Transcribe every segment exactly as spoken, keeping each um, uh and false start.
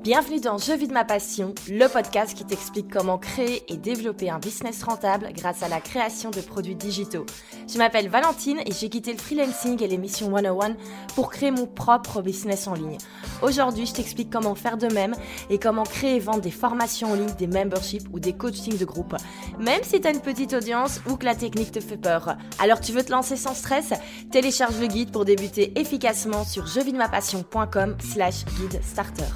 Bienvenue dans Je vis de ma passion, le podcast qui t'explique comment créer et développer un business rentable grâce à la création de produits digitaux. Je m'appelle Valentine et j'ai quitté le freelancing et les missions cent un pour créer mon propre business en ligne. Aujourd'hui, je t'explique comment faire de même et comment créer et vendre des formations en ligne, des memberships ou des coachings de groupe, même si tu as une petite audience ou que la technique te fait peur. Alors tu veux te lancer sans stress? Télécharge le guide pour débuter efficacement sur je vis de ma passion point com slash guide starter.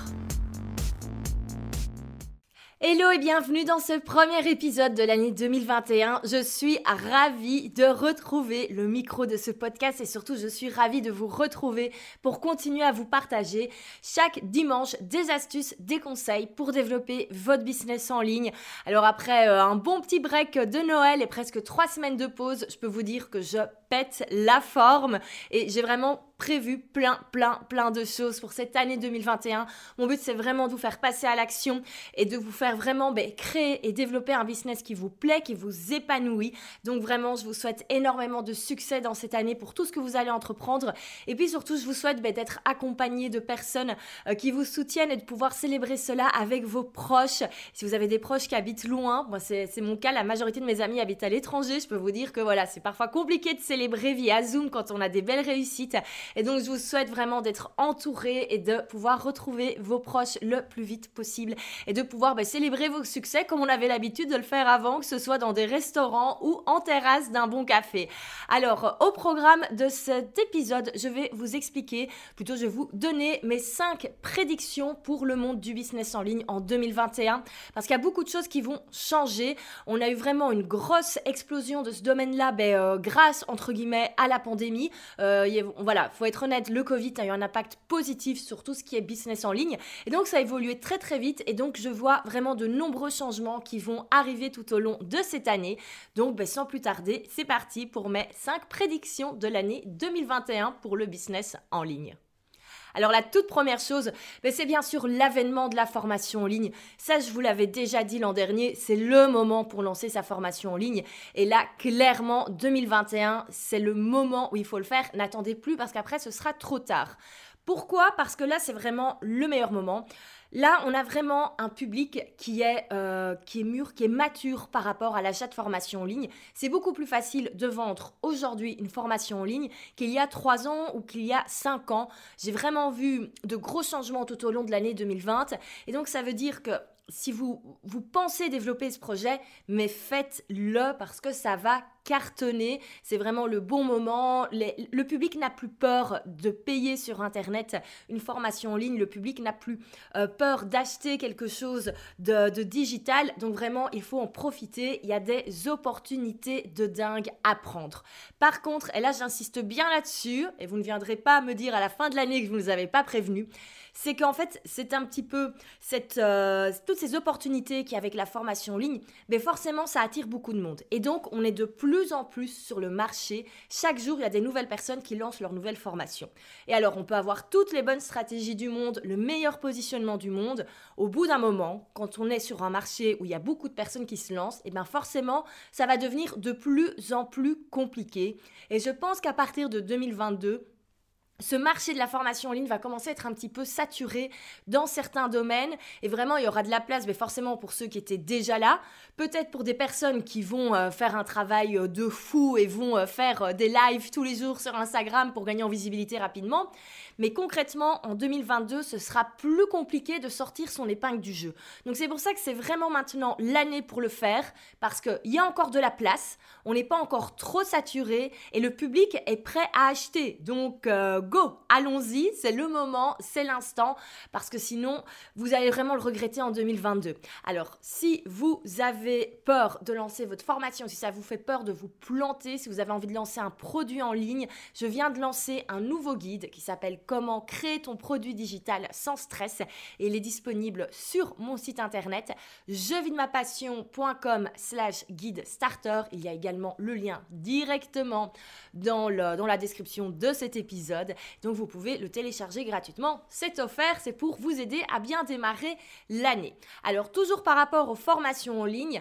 Hello et bienvenue dans ce premier épisode de l'année deux mille vingt et un. Je suis ravie de retrouver le micro de ce podcast et surtout je suis ravie de vous retrouver pour continuer à vous partager chaque dimanche des astuces, des conseils pour développer votre business en ligne. Alors après euh, un bon petit break de Noël et presque trois semaines de pause, je peux vous dire que je pète la forme et j'ai vraiment prévu plein, plein, plein de choses pour cette année deux mille vingt et un. Mon but, c'est vraiment de vous faire passer à l'action et de vous faire vraiment ben, créer et développer un business qui vous plaît, qui vous épanouit. Donc vraiment, je vous souhaite énormément de succès dans cette année pour tout ce que vous allez entreprendre. Et puis surtout, je vous souhaite ben, d'être accompagné de personnes euh, qui vous soutiennent et de pouvoir célébrer cela avec vos proches. Si vous avez des proches qui habitent loin, moi c'est, c'est mon cas, la majorité de mes amis habitent à l'étranger. Je peux vous dire que voilà, c'est parfois compliqué de célébrer via Zoom quand on a des belles réussites. Et donc, je vous souhaite vraiment d'être entouré et de pouvoir retrouver vos proches le plus vite possible et de pouvoir bah, célébrer vos succès comme on avait l'habitude de le faire avant, que ce soit dans des restaurants ou en terrasse d'un bon café. Alors, au programme de cet épisode, je vais vous expliquer, plutôt je vais vous donner mes cinq prédictions pour le monde du business en ligne en deux mille vingt et un parce qu'il y a beaucoup de choses qui vont changer. On a eu vraiment une grosse explosion de ce domaine-là ben, euh, grâce, entre guillemets, à la pandémie. Euh, y a, voilà, faut être honnête, le Covid a eu un impact positif sur tout ce qui est business en ligne et donc ça a évolué très très vite et donc je vois vraiment de nombreux changements qui vont arriver tout au long de cette année. Donc ben, sans plus tarder, c'est parti pour mes cinq prédictions de l'année deux mille vingt et un pour le business en ligne. Alors la toute première chose, ben c'est bien sûr l'avènement de la formation en ligne. Ça, je vous l'avais déjà dit l'an dernier, c'est le moment pour lancer sa formation en ligne. Et là, clairement, deux mille vingt et un, c'est le moment où il faut le faire. N'attendez plus parce qu'après, ce sera trop tard. Pourquoi ? Parce que là, c'est vraiment le meilleur moment. Là, on a vraiment un public qui est, euh, qui est mûr, qui est mature par rapport à l'achat de formation en ligne. C'est beaucoup plus facile de vendre aujourd'hui une formation en ligne qu'il y a trois ans ou qu'il y a cinq ans. J'ai vraiment vu de gros changements tout au long de l'année deux mille vingt. Et donc, ça veut dire que si vous, vous pensez développer ce projet, mais faites-le parce que ça va cartonner. C'est vraiment le bon moment. Les, le public n'a plus peur de payer sur Internet une formation en ligne. Le public n'a plus euh, peur d'acheter quelque chose de, de digital. Donc vraiment, il faut en profiter. Il y a des opportunités de dingue à prendre. Par contre, et là j'insiste bien là-dessus, et vous ne viendrez pas me dire à la fin de l'année que je ne vous avais pas prévenu, c'est qu'en fait, c'est un petit peu cette, euh, toutes ces opportunités qu'il y a avec la formation en ligne, mais forcément, ça attire beaucoup de monde. Et donc, on est de plus en plus sur le marché. Chaque jour, il y a des nouvelles personnes qui lancent leur nouvelle formation. Et alors, on peut avoir toutes les bonnes stratégies du monde, le meilleur positionnement du monde. Au bout d'un moment, quand on est sur un marché où il y a beaucoup de personnes qui se lancent, et bien forcément, ça va devenir de plus en plus compliqué. Et je pense qu'à partir de deux mille vingt-deux, ce marché de la formation en ligne va commencer à être un petit peu saturé dans certains domaines et vraiment il y aura de la place mais forcément pour ceux qui étaient déjà là, peut-être pour des personnes qui vont euh, faire un travail euh, de fou et vont euh, faire euh, des lives tous les jours sur Instagram pour gagner en visibilité rapidement, mais concrètement en deux mille vingt-deux ce sera plus compliqué de sortir son épingle du jeu. Donc c'est pour ça que c'est vraiment maintenant l'année pour le faire parce qu'il y a encore de la place, on n'est pas encore trop saturé et le public est prêt à acheter, donc euh, go, allons-y, c'est le moment, c'est l'instant, parce que sinon, vous allez vraiment le regretter en deux mille vingt-deux. Alors, si vous avez peur de lancer votre formation, si ça vous fait peur de vous planter, si vous avez envie de lancer un produit en ligne, je viens de lancer un nouveau guide qui s'appelle « Comment créer ton produit digital sans stress » et il est disponible sur mon site internet je vis de ma passion point com slash guide starter. Il y a également le lien directement dans, le, dans la description de cet épisode. Donc vous pouvez le télécharger gratuitement, c'est offert, c'est pour vous aider à bien démarrer l'année. Alors toujours par rapport aux formations en ligne,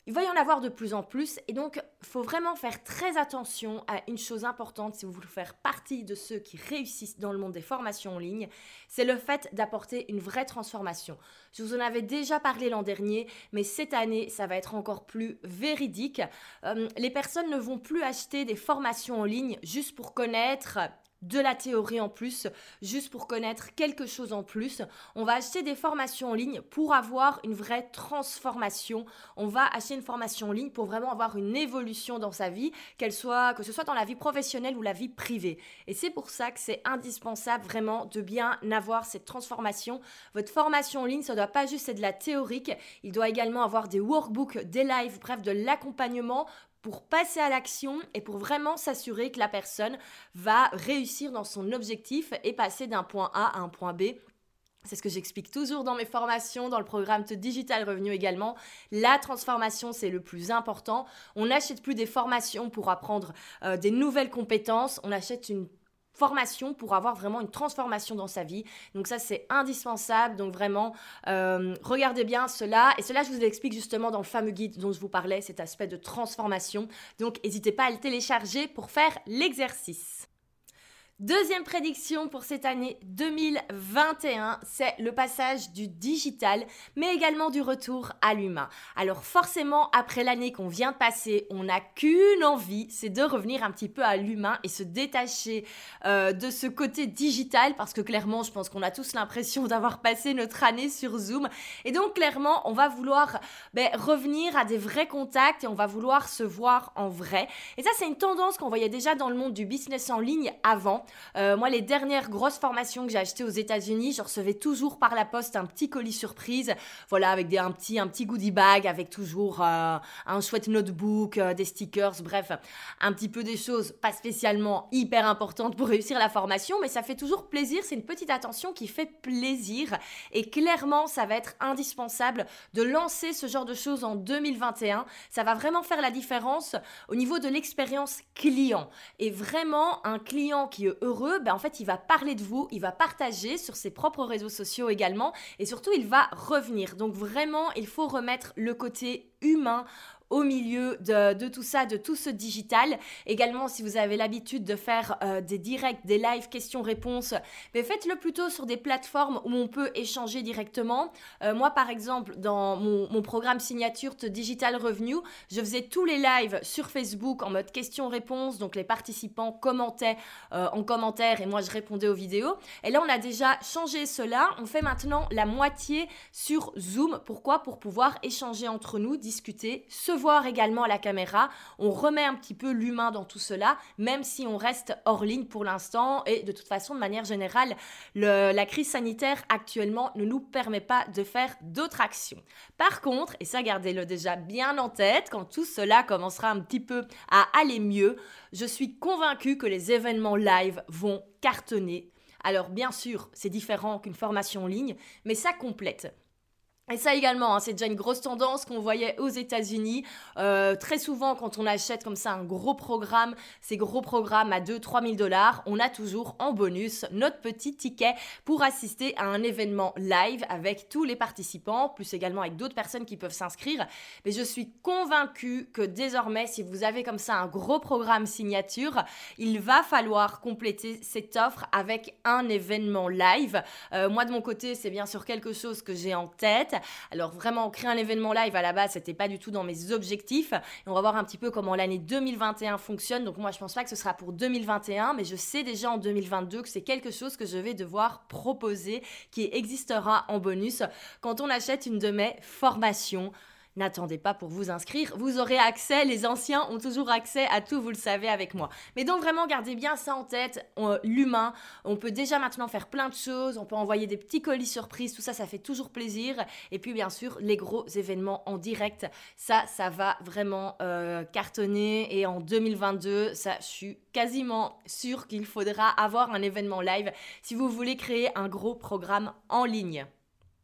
il va y en avoir de plus en plus et donc il faut vraiment faire très attention à une chose importante si vous voulez faire partie de ceux qui réussissent dans le monde des formations en ligne, c'est le fait d'apporter une vraie transformation. Je vous en avais déjà parlé l'an dernier, mais cette année, ça va être encore plus véridique. Euh, les personnes ne vont plus acheter des formations en ligne juste pour connaître de la théorie en plus, juste pour connaître quelque chose en plus. On va acheter des formations en ligne pour avoir une vraie transformation. On va acheter une formation en ligne pour vraiment avoir une évolution dans sa vie, qu'elle soit, que ce soit dans la vie professionnelle ou la vie privée. Et c'est pour ça que c'est indispensable vraiment de bien avoir cette transformation. Votre formation en ligne, ça ne doit pas juste être de la théorique, il doit également avoir des workbooks, des lives, bref, de l'accompagnement pour passer à l'action et pour vraiment s'assurer que la personne va réussir dans son objectif et passer d'un point A à un point B. C'est ce que j'explique toujours dans mes formations, dans le programme The Digital Revenue également. La transformation, c'est le plus important. On n'achète plus des formations pour apprendre euh, des nouvelles compétences. On achète une formation pour avoir vraiment une transformation dans sa vie. Donc ça, c'est indispensable. Donc vraiment, euh, regardez bien cela. Et cela, je vous l'explique justement dans le fameux guide dont je vous parlais, cet aspect de transformation. Donc, n'hésitez pas à le télécharger pour faire l'exercice. Deuxième prédiction pour cette année deux mille vingt et un, c'est le passage du digital, mais également du retour à l'humain. Alors forcément, après l'année qu'on vient de passer, on n'a qu'une envie, c'est de revenir un petit peu à l'humain et se détacher euh, de ce côté digital, parce que clairement, je pense qu'on a tous l'impression d'avoir passé notre année sur Zoom. Et donc clairement, on va vouloir ben, revenir à des vrais contacts et on va vouloir se voir en vrai. Et ça, c'est une tendance qu'on voyait déjà dans le monde du business en ligne avant. Euh, moi, les dernières grosses formations que j'ai achetées aux États-Unis, je recevais toujours par la poste un petit colis surprise, voilà, avec des, un, petit, un petit goodie bag, avec toujours euh, un chouette notebook, euh, des stickers, bref, un petit peu des choses pas spécialement hyper importantes pour réussir la formation, mais ça fait toujours plaisir, c'est une petite attention qui fait plaisir et clairement, ça va être indispensable de lancer ce genre de choses en deux mille vingt et un. Ça va vraiment faire la différence au niveau de l'expérience client et vraiment un client qui est heureux, ben en fait, il va parler de vous, il va partager sur ses propres réseaux sociaux également et surtout, il va revenir. Donc vraiment, il faut remettre le côté humain au milieu de, de tout ça, de tout ce digital. Également, si vous avez l'habitude de faire euh, des directs, des lives questions-réponses, mais faites-le plutôt sur des plateformes où on peut échanger directement. Euh, moi, par exemple, dans mon, mon programme signature The Digital Revenue, je faisais tous les lives sur Facebook en mode questions-réponses. Donc, les participants commentaient euh, en commentaire et moi, je répondais aux vidéos. Et là, on a déjà changé cela. On fait maintenant la moitié sur Zoom. Pourquoi ? Pour pouvoir échanger entre nous, discuter, se voir également à la caméra, on remet un petit peu l'humain dans tout cela, même si on reste hors ligne pour l'instant et de toute façon, de manière générale, le, la crise sanitaire actuellement ne nous permet pas de faire d'autres actions. Par contre, et ça gardez-le déjà bien en tête, quand tout cela commencera un petit peu à aller mieux, je suis convaincue que les événements live vont cartonner. Alors bien sûr, c'est différent qu'une formation en ligne, mais ça complète. Et ça également, hein, c'est déjà une grosse tendance qu'on voyait aux États-Unis. Euh, très souvent, quand on achète comme ça un gros programme, ces gros programmes à deux à trois mille dollars, on a toujours en bonus notre petit ticket pour assister à un événement live avec tous les participants, plus également avec d'autres personnes qui peuvent s'inscrire. Mais je suis convaincue que désormais, si vous avez comme ça un gros programme signature, il va falloir compléter cette offre avec un événement live. Euh, moi, de mon côté, c'est bien sûr quelque chose que j'ai en tête. Alors vraiment, créer un événement live à la base, c'était pas du tout dans mes objectifs. Et on va voir un petit peu comment l'année deux mille vingt et un fonctionne. Donc moi, je pense pas que ce sera pour deux mille vingt et un, mais je sais déjà en deux mille vingt-deux que c'est quelque chose que je vais devoir proposer, qui existera en bonus quand on achète une de mes formations. N'attendez pas pour vous inscrire, vous aurez accès, les anciens ont toujours accès à tout, vous le savez avec moi. Mais donc vraiment, gardez bien ça en tête, on, l'humain, on peut déjà maintenant faire plein de choses, on peut envoyer des petits colis surprises, tout ça, ça fait toujours plaisir. Et puis bien sûr, les gros événements en direct, ça, ça va vraiment euh, cartonner. Et en deux mille vingt-deux, ça, je suis quasiment sûre qu'il faudra avoir un événement live si vous voulez créer un gros programme en ligne.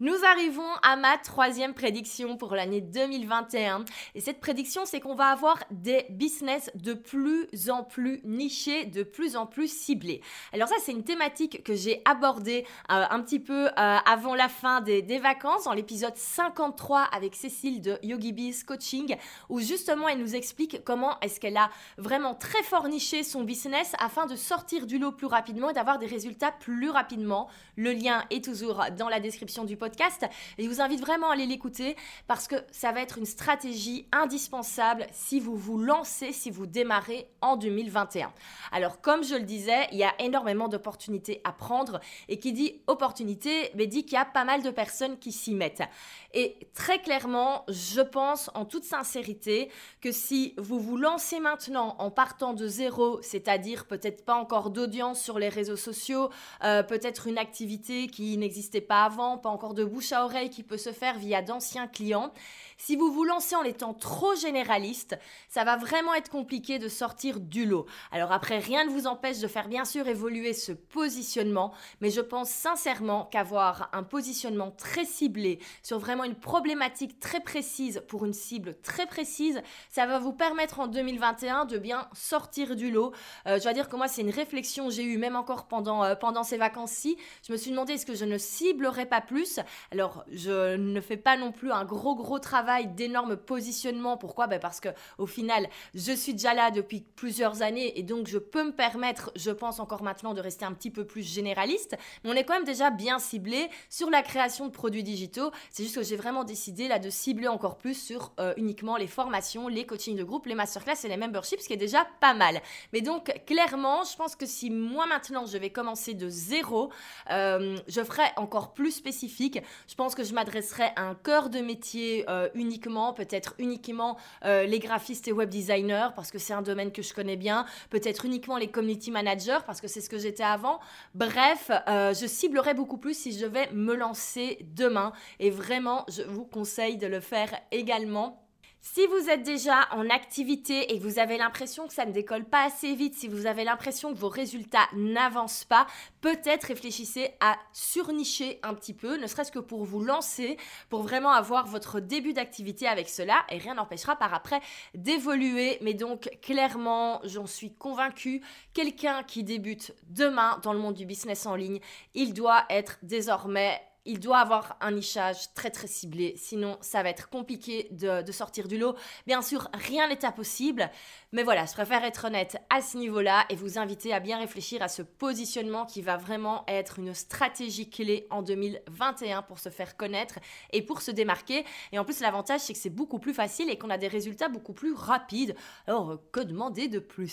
Nous arrivons à ma troisième prédiction pour l'année deux mille vingt et un. Et cette prédiction, c'est qu'on va avoir des business de plus en plus nichés, de plus en plus ciblés. Alors ça, c'est une thématique que j'ai abordée euh, un petit peu euh, avant la fin des, des vacances, dans l'épisode cinquante-trois avec Cécile de YogiBiz Coaching, où justement, elle nous explique comment est-ce qu'elle a vraiment très fort niché son business afin de sortir du lot plus rapidement et d'avoir des résultats plus rapidement. Le lien est toujours dans la description du podcast. Et je vous invite vraiment à aller l'écouter parce que ça va être une stratégie indispensable si vous vous lancez, si vous démarrez en deux mille vingt et un. Alors, comme je le disais, il y a énormément d'opportunités à prendre et qui dit opportunité, mais dit qu'il y a pas mal de personnes qui s'y mettent. Et très clairement, je pense en toute sincérité que si vous vous lancez maintenant en partant de zéro, c'est-à-dire peut-être pas encore d'audience sur les réseaux sociaux, euh, peut-être une activité qui n'existait pas avant, pas encore de bouche à oreille qui peut se faire via d'anciens clients. Si vous vous lancez en étant trop généraliste, ça va vraiment être compliqué de sortir du lot. Alors après, rien ne vous empêche de faire bien sûr évoluer ce positionnement, mais je pense sincèrement qu'avoir un positionnement très ciblé sur vraiment une problématique très précise pour une cible très précise, ça va vous permettre en deux mille vingt et un de bien sortir du lot. Euh, je dois dire que moi, c'est une réflexion que j'ai eue même encore pendant, euh, pendant ces vacances-ci. Je me suis demandé est-ce que je ne ciblerais pas plus. Alors, je ne fais pas non plus un gros gros travail d'énorme positionnement. Pourquoi ? Ben parce que au final, je suis déjà là depuis plusieurs années et donc je peux me permettre, je pense encore maintenant, de rester un petit peu plus généraliste. Mais on est quand même déjà bien ciblé sur la création de produits digitaux. C'est juste que j'ai vraiment décidé là de cibler encore plus sur euh, uniquement les formations, les coachings de groupe, les masterclass et les memberships, ce qui est déjà pas mal. Mais donc clairement, je pense que si moi maintenant je vais commencer de zéro, euh, je ferai encore plus spécifique. Je pense que je m'adresserai à un cœur de métier euh, uniquement, peut-être uniquement euh, les graphistes et web designers parce que c'est un domaine que je connais bien, peut-être uniquement les community managers parce que c'est ce que j'étais avant. Bref, euh, je ciblerai beaucoup plus si je vais me lancer demain et vraiment, je vous conseille de le faire également. Si vous êtes déjà en activité et que vous avez l'impression que ça ne décolle pas assez vite, si vous avez l'impression que vos résultats n'avancent pas, peut-être réfléchissez à surnicher un petit peu, ne serait-ce que pour vous lancer, pour vraiment avoir votre début d'activité avec cela et rien n'empêchera par après d'évoluer. Mais donc clairement, j'en suis convaincue, quelqu'un qui débute demain dans le monde du business en ligne, il doit être désormais... Il doit avoir un nichage très très ciblé, sinon ça va être compliqué de, de sortir du lot. Bien sûr, rien n'est impossible, mais voilà, je préfère être honnête à ce niveau-là et vous inviter à bien réfléchir à ce positionnement qui va vraiment être une stratégie clé en deux mille vingt et un pour se faire connaître et pour se démarquer. Et en plus, l'avantage, c'est que c'est beaucoup plus facile et qu'on a des résultats beaucoup plus rapides. Alors, que demander de plus ?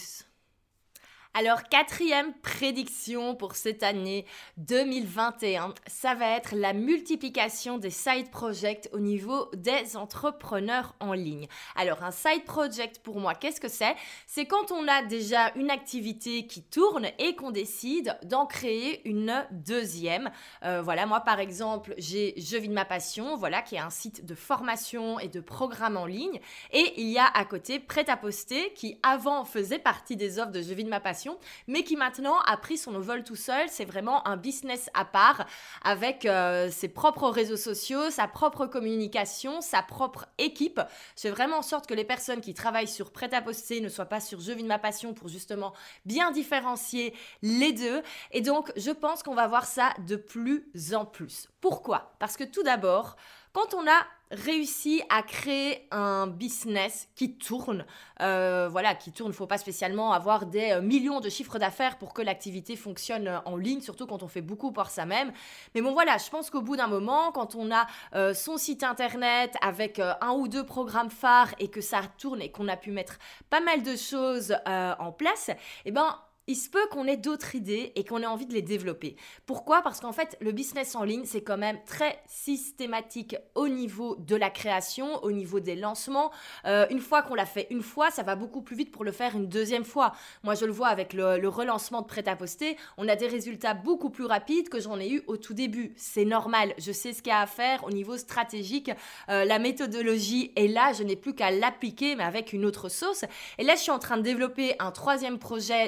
Alors, quatrième prédiction pour cette année deux mille vingt et un, ça va être la multiplication des side projects au niveau des entrepreneurs en ligne. Alors, un side project pour moi, qu'est-ce que c'est ? C'est quand on a déjà une activité qui tourne et qu'on décide d'en créer une deuxième. Euh, voilà, moi par exemple, j'ai Je vis de ma passion, voilà, qui est un site de formation et de programme en ligne. Et il y a à côté Prêt-à-poster qui avant faisait partie des offres de Je vis de ma passion, mais qui maintenant a pris son vol tout seul. C'est vraiment un business à part avec euh, ses propres réseaux sociaux, sa propre communication, sa propre équipe. Je fais vraiment en sorte que les personnes qui travaillent sur Prêt-à-poster ne soient pas sur Je vis de ma passion pour justement bien différencier les deux. Et donc, je pense qu'on va voir ça de plus en plus. Pourquoi ? Parce que tout d'abord, quand on a réussi à créer un business qui tourne, euh, voilà, qui tourne, il ne faut pas spécialement avoir des euh, millions de chiffres d'affaires pour que l'activité fonctionne euh, en ligne, surtout quand on fait beaucoup par ça même. Mais bon voilà, je pense qu'au bout d'un moment, quand on a euh, son site internet avec euh, un ou deux programmes phares et que ça tourne et qu'on a pu mettre pas mal de choses euh, en place, eh ben il se peut qu'on ait d'autres idées et qu'on ait envie de les développer. Pourquoi ? Parce qu'en fait, le business en ligne, c'est quand même très systématique au niveau de la création, au niveau des lancements. Euh, une fois qu'on l'a fait une fois, ça va beaucoup plus vite pour le faire une deuxième fois. Moi, je le vois avec le, le relancement de Prêt-à-poster, on a des résultats beaucoup plus rapides que j'en ai eu au tout début. C'est normal, je sais ce qu'il y a à faire au niveau stratégique. Euh, la méthodologie est là, je n'ai plus qu'à l'appliquer, mais avec une autre sauce. Et là, je suis en train de développer un troisième projet de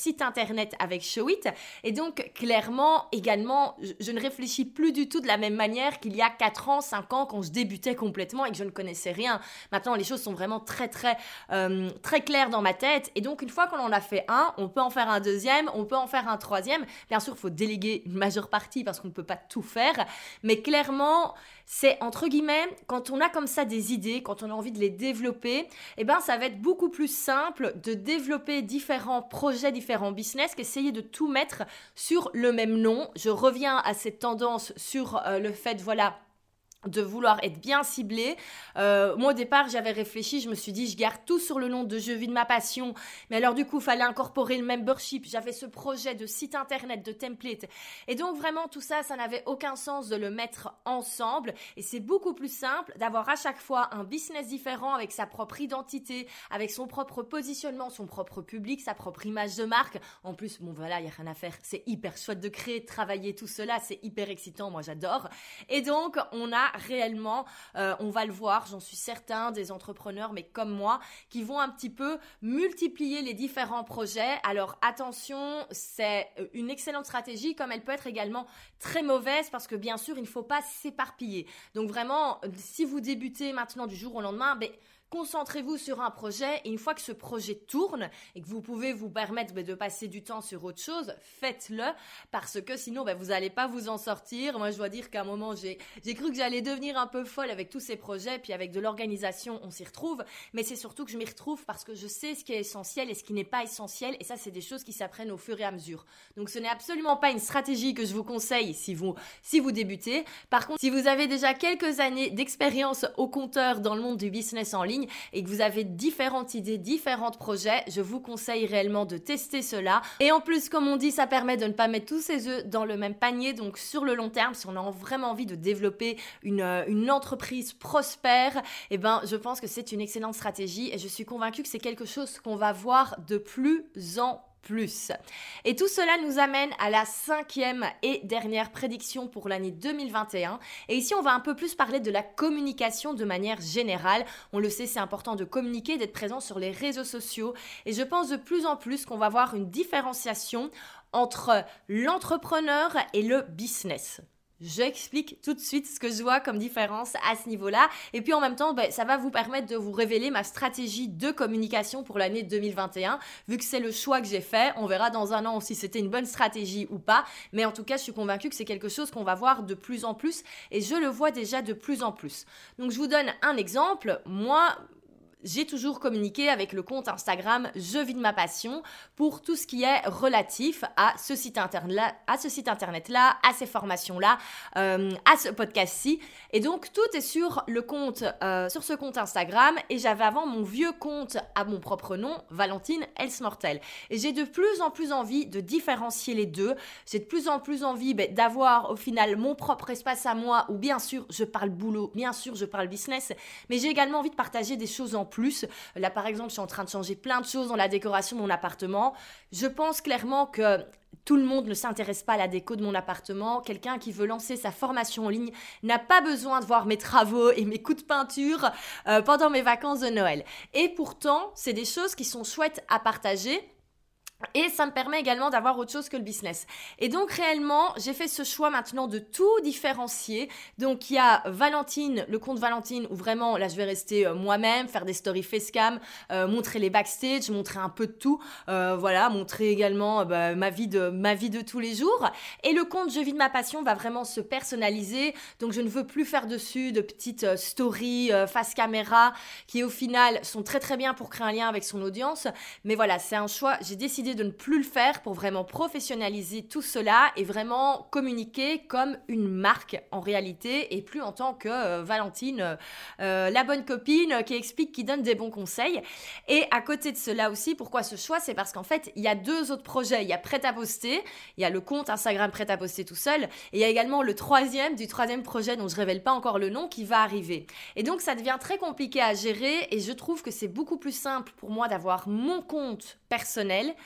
site internet avec Showit. Et donc, clairement, également, je, je ne réfléchis plus du tout de la même manière qu'il y a quatre ans, cinq ans, quand je débutais complètement et que je ne connaissais rien. Maintenant, les choses sont vraiment très, très, euh, très claires dans ma tête. Et donc, une fois qu'on en a fait un, on peut en faire un deuxième, on peut en faire un troisième. Bien sûr, il faut déléguer une majeure partie parce qu'on ne peut pas tout faire. Mais clairement, c'est entre guillemets, quand on a comme ça des idées, quand on a envie de les développer, eh ben, ça va être beaucoup plus simple de développer différents projets, différents business qu'essayer de tout mettre sur le même nom. Je reviens à cette tendance sur euh, le fait, voilà, de vouloir être bien ciblé. Euh, moi, au départ, j'avais réfléchi, je me suis dit, je garde tout sur le nom de Je vis de ma passion. Mais alors, du coup, il fallait incorporer le membership. J'avais ce projet de site internet, de template. Et donc, vraiment, tout ça, ça n'avait aucun sens de le mettre ensemble. Et c'est beaucoup plus simple d'avoir à chaque fois un business différent avec sa propre identité, avec son propre positionnement, son propre public, sa propre image de marque. En plus, bon, voilà, il n'y a rien à faire. C'est hyper chouette de créer, de travailler tout cela. C'est hyper excitant. Moi, j'adore. Et donc, on a réellement, euh, on va le voir, j'en suis certain, des entrepreneurs, mais comme moi, qui vont un petit peu multiplier les différents projets. Alors attention, c'est une excellente stratégie, comme elle peut être également très mauvaise, parce que bien sûr, il ne faut pas s'éparpiller. Donc vraiment, si vous débutez maintenant du jour au lendemain, ben, concentrez-vous sur un projet et une fois que ce projet tourne et que vous pouvez vous permettre de passer du temps sur autre chose, faites-le parce que sinon ben, vous n'allez pas vous en sortir. Moi je dois dire qu'à un moment j'ai, j'ai cru que j'allais devenir un peu folle avec tous ces projets, puis avec de l'organisation on s'y retrouve, mais c'est surtout que je m'y retrouve parce que je sais ce qui est essentiel et ce qui n'est pas essentiel, et ça c'est des choses qui s'apprennent au fur et à mesure. Donc ce n'est absolument pas une stratégie que je vous conseille si vous, si vous débutez. Par contre, si vous avez déjà quelques années d'expérience au compteur dans le monde du business en ligne et que vous avez différentes idées, différents projets, je vous conseille réellement de tester cela. Et en plus, comme on dit, ça permet de ne pas mettre tous ses œufs dans le même panier. Donc sur le long terme, si on a vraiment envie de développer une, une entreprise prospère, eh ben, je pense que c'est une excellente stratégie et je suis convaincue que c'est quelque chose qu'on va voir de plus en plus. Et tout cela nous amène à la cinquième et dernière prédiction pour l'année deux mille vingt et un. Et ici, on va un peu plus parler de la communication de manière générale. On le sait, c'est important de communiquer, d'être présent sur les réseaux sociaux. Et je pense de plus en plus qu'on va voir une différenciation entre l'entrepreneur et le business. J'explique tout de suite ce que je vois comme différence à ce niveau-là. Et puis en même temps, ben, ça va vous permettre de vous révéler ma stratégie de communication pour l'année deux mille vingt et un. Vu que c'est le choix que j'ai fait, on verra dans un an si c'était une bonne stratégie ou pas. Mais en tout cas, je suis convaincue que c'est quelque chose qu'on va voir de plus en plus. Et je le vois déjà de plus en plus. Donc je vous donne un exemple. Moi, j'ai toujours communiqué avec le compte Instagram Je vis de ma passion pour tout ce qui est relatif à ce site internet-là, à ce site internet-là, à ces formations-là, euh, à ce podcast-ci. Et donc, tout est sur le compte, euh, sur ce compte Instagram. Et j'avais avant mon vieux compte à mon propre nom, Valentine Elsmortel. Et j'ai de plus en plus envie de différencier les deux. J'ai de plus en plus envie ben, d'avoir au final mon propre espace à moi où bien sûr, je parle boulot, bien sûr, je parle business. Mais j'ai également envie de partager des choses en plus. Plus. Là, par exemple, je suis en train de changer plein de choses dans la décoration de mon appartement. Je pense clairement que tout le monde ne s'intéresse pas à la déco de mon appartement. Quelqu'un qui veut lancer sa formation en ligne n'a pas besoin de voir mes travaux et mes coups de peinture euh, pendant mes vacances de Noël. Et pourtant, c'est des choses qui sont chouettes à partager. Et ça me permet également d'avoir autre chose que le business. Et donc réellement, j'ai fait ce choix maintenant de tout différencier. Donc il y a Valentine, le compte Valentine où vraiment, là je vais rester euh, moi-même, faire des stories facecam, euh, montrer les backstage, montrer un peu de tout. Euh, voilà, montrer également euh, bah, ma vie de ma vie de tous les jours. Et le compte Je vis de ma passion va vraiment se personnaliser. Donc je ne veux plus faire dessus de petites euh, stories euh, face caméra qui au final sont très très bien pour créer un lien avec son audience. Mais voilà, c'est un choix. J'ai décidé de ne plus le faire pour vraiment professionnaliser tout cela et vraiment communiquer comme une marque en réalité et plus en tant que euh, Valentine, euh, la bonne copine qui explique, qui donne des bons conseils. Et à côté de cela aussi, pourquoi ce choix? C'est parce qu'en fait, il y a deux autres projets. Il y a Prêt à poster, il y a le compte Instagram Prêt à poster tout seul et il y a également le troisième du troisième projet dont je ne révèle pas encore le nom qui va arriver. Et donc, ça devient très compliqué à gérer et je trouve que c'est beaucoup plus simple pour moi d'avoir mon compte personnel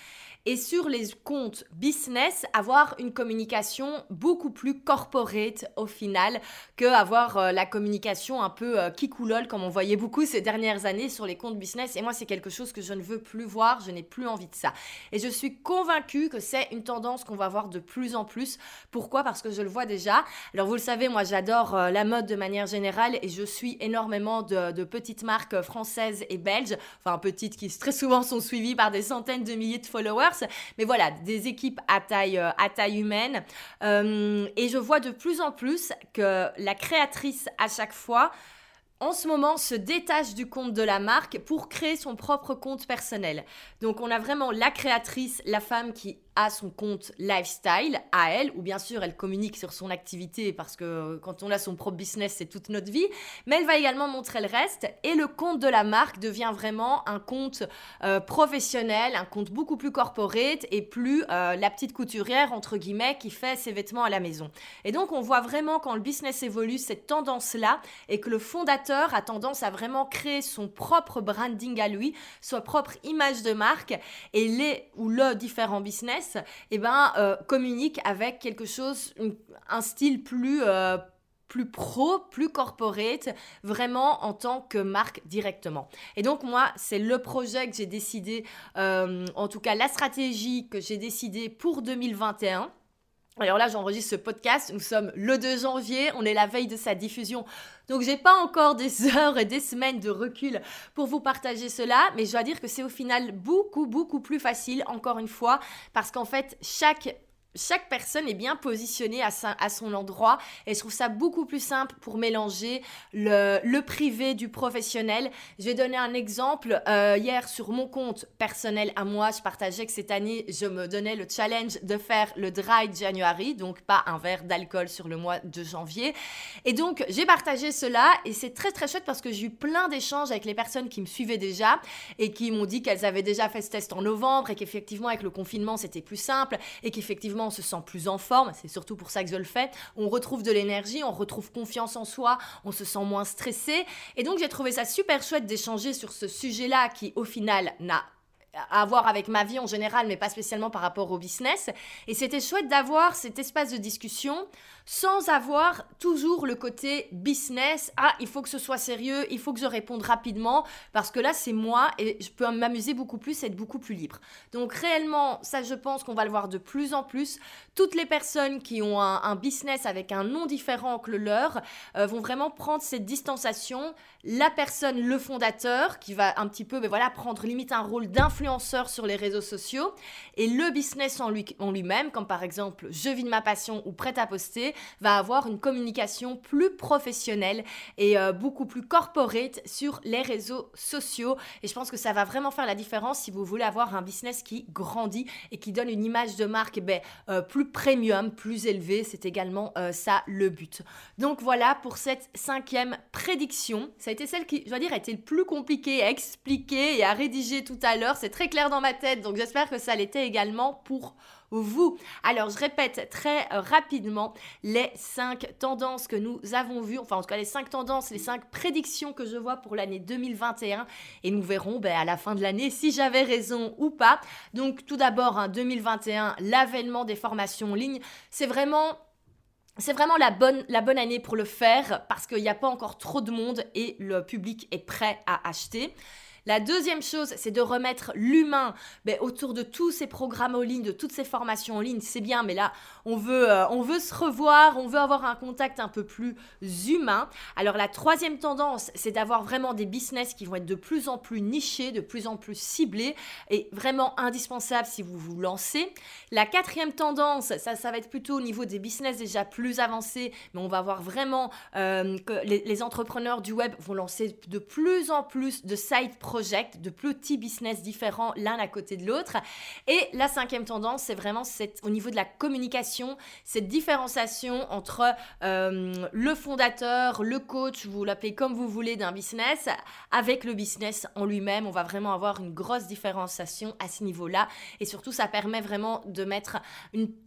Et sur les comptes business, avoir une communication beaucoup plus corporate au final que avoir euh, la communication un peu euh, kikoulol comme on voyait beaucoup ces dernières années sur les comptes business. Et moi, c'est quelque chose que je ne veux plus voir, je n'ai plus envie de ça. Et je suis convaincue que c'est une tendance qu'on va voir de plus en plus. Pourquoi ? Parce que je le vois déjà. Alors vous le savez, moi j'adore euh, la mode de manière générale et je suis énormément de, de petites marques françaises et belges, enfin petites qui très souvent sont suivies par des centaines de milliers de followers, mais voilà, des équipes à taille, euh, à taille humaine. Euh, et je vois de plus en plus que la créatrice à chaque fois, en ce moment, se détache du compte de la marque pour créer son propre compte personnel. Donc, on a vraiment la créatrice, la femme qui a son compte lifestyle à elle, ou bien sûr, elle communique sur son activité parce que quand on a son propre business, c'est toute notre vie. Mais elle va également montrer le reste et le compte de la marque devient vraiment un compte euh, professionnel, un compte beaucoup plus corporate et plus euh, la petite couturière, entre guillemets, qui fait ses vêtements à la maison. Et donc, on voit vraiment quand le business évolue cette tendance-là et que le fondateur a tendance à vraiment créer son propre branding à lui, sa propre image de marque et les ou le différents business, eh ben, euh, communique avec quelque chose, un style plus, euh, plus pro, plus corporate, vraiment en tant que marque directement. Et donc moi, c'est le projet que j'ai décidé, euh, en tout cas la stratégie que j'ai décidée pour deux mille vingt et un. Alors là, j'enregistre ce podcast, nous sommes le deux janvier, on est la veille de sa diffusion. Donc, j'ai pas encore des heures et des semaines de recul pour vous partager cela, mais je dois dire que c'est au final beaucoup, beaucoup plus facile, encore une fois, parce qu'en fait, chaque... Chaque personne est bien positionnée à, sa, à son endroit et je trouve ça beaucoup plus simple pour mélanger le, le privé du professionnel. Je vais donner un exemple. Euh, hier, sur mon compte personnel à moi, je partageais que cette année, je me donnais le challenge de faire le Dry January, donc pas un verre d'alcool sur le mois de janvier. Et donc, j'ai partagé cela et c'est très très chouette parce que j'ai eu plein d'échanges avec les personnes qui me suivaient déjà et qui m'ont dit qu'elles avaient déjà fait ce test en novembre et qu'effectivement, avec le confinement, c'était plus simple et qu'effectivement, on se sent plus en forme, c'est surtout pour ça que je le fais, on retrouve de l'énergie, on retrouve confiance en soi, on se sent moins stressé et donc j'ai trouvé ça super chouette d'échanger sur ce sujet-là qui au final n'a à voir avec ma vie en général, mais pas spécialement par rapport au business. Et c'était chouette d'avoir cet espace de discussion sans avoir toujours le côté business. Ah, il faut que ce soit sérieux, il faut que je réponde rapidement, parce que là, c'est moi et je peux m'amuser beaucoup plus et être beaucoup plus libre. Donc réellement, ça, je pense qu'on va le voir de plus en plus. Toutes les personnes qui ont un, un business avec un nom différent que le leur euh, vont vraiment prendre cette distanciation. La personne, le fondateur, qui va un petit peu, ben voilà, prendre limite un rôle d'influenceur sur les réseaux sociaux et le business en, lui, en lui-même, comme par exemple je vis de ma passion ou prêt à poster, va avoir une communication plus professionnelle et euh, beaucoup plus corporate sur les réseaux sociaux. Et je pense que ça va vraiment faire la différence si vous voulez avoir un business qui grandit et qui donne une image de marque ben, euh, plus premium, plus élevée. C'est également euh, ça le but. Donc voilà pour cette cinquième prédiction. Ça a été celle qui, je dois dire, a été le plus compliqué à expliquer et à rédiger tout à l'heure. C'est très clair dans ma tête, donc j'espère que ça l'était également pour vous. Alors, je répète très euh, rapidement les cinq tendances que nous avons vues, enfin en tout cas les cinq tendances, les cinq prédictions que je vois pour l'année deux mille vingt et un et nous verrons ben, à la fin de l'année si j'avais raison ou pas. Donc tout d'abord, hein, deux mille vingt et un, l'avènement des formations en ligne, c'est vraiment... C'est vraiment la bonne, la bonne année pour le faire parce qu'il n'y a pas encore trop de monde et le public est prêt à acheter. La deuxième chose, c'est de remettre l'humain ben, autour de tous ces programmes en ligne, de toutes ces formations en ligne. C'est bien, mais là, on veut, euh, on veut se revoir, on veut avoir un contact un peu plus humain. Alors, la troisième tendance, c'est d'avoir vraiment des business qui vont être de plus en plus nichés, de plus en plus ciblés et vraiment indispensables si vous vous lancez. La quatrième tendance, ça, ça va être plutôt au niveau des business déjà plus avancés, mais on va voir vraiment euh, que les, les entrepreneurs du web vont lancer de plus en plus de side projects, de petits business différents l'un à côté de l'autre. Et la cinquième tendance, c'est vraiment cette, au niveau de la communication, cette différenciation entre euh, le fondateur, le coach, vous l'appelez comme vous voulez, d'un business, avec le business en lui-même. On va vraiment avoir une grosse différenciation à ce niveau-là. Et surtout, ça permet vraiment de mettre une toute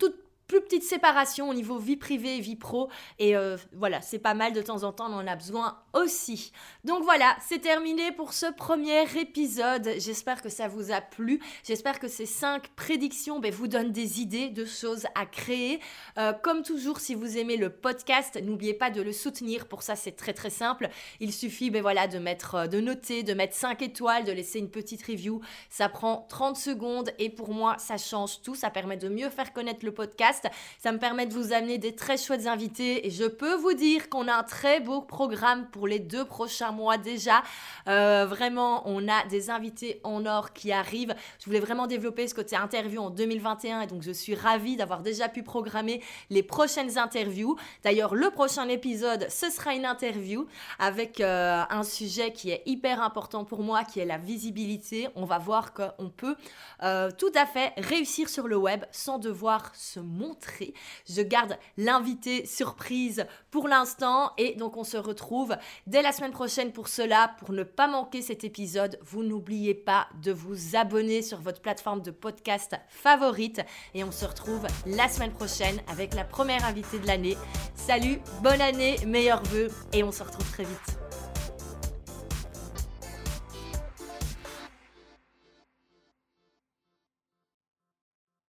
plus petite séparation au niveau vie privée et vie pro. Et euh, voilà, c'est pas mal de temps en temps, on en a besoin aussi. Donc voilà, c'est terminé pour ce premier épisode. J'espère que ça vous a plu. J'espère que ces cinq prédictions ben, vous donnent des idées de choses à créer. Euh, comme toujours, si vous aimez le podcast, n'oubliez pas de le soutenir. Pour ça, c'est très très simple. Il suffit ben, voilà, de, mettre, de noter, de mettre cinq étoiles, de laisser une petite review. Ça prend trente secondes et pour moi, ça change tout. Ça permet de mieux faire connaître le podcast. Ça me permet de vous amener des très chouettes invités et je peux vous dire qu'on a un très beau programme pour les deux prochains mois déjà. Euh, vraiment, on a des invités en or qui arrivent. Je voulais vraiment développer ce côté interview en deux mille vingt et un et donc je suis ravie d'avoir déjà pu programmer les prochaines interviews. D'ailleurs, le prochain épisode, ce sera une interview avec euh, un sujet qui est hyper important pour moi, qui est la visibilité. On va voir qu'on peut euh, tout à fait réussir sur le web sans devoir se montrer. Je garde l'invité surprise pour l'instant et donc on se retrouve dès la semaine prochaine pour cela. Pour ne pas manquer cet épisode, vous n'oubliez pas de vous abonner sur votre plateforme de podcast favorite et on se retrouve la semaine prochaine avec la première invitée de l'année. Salut, bonne année, meilleurs vœux et on se retrouve très vite.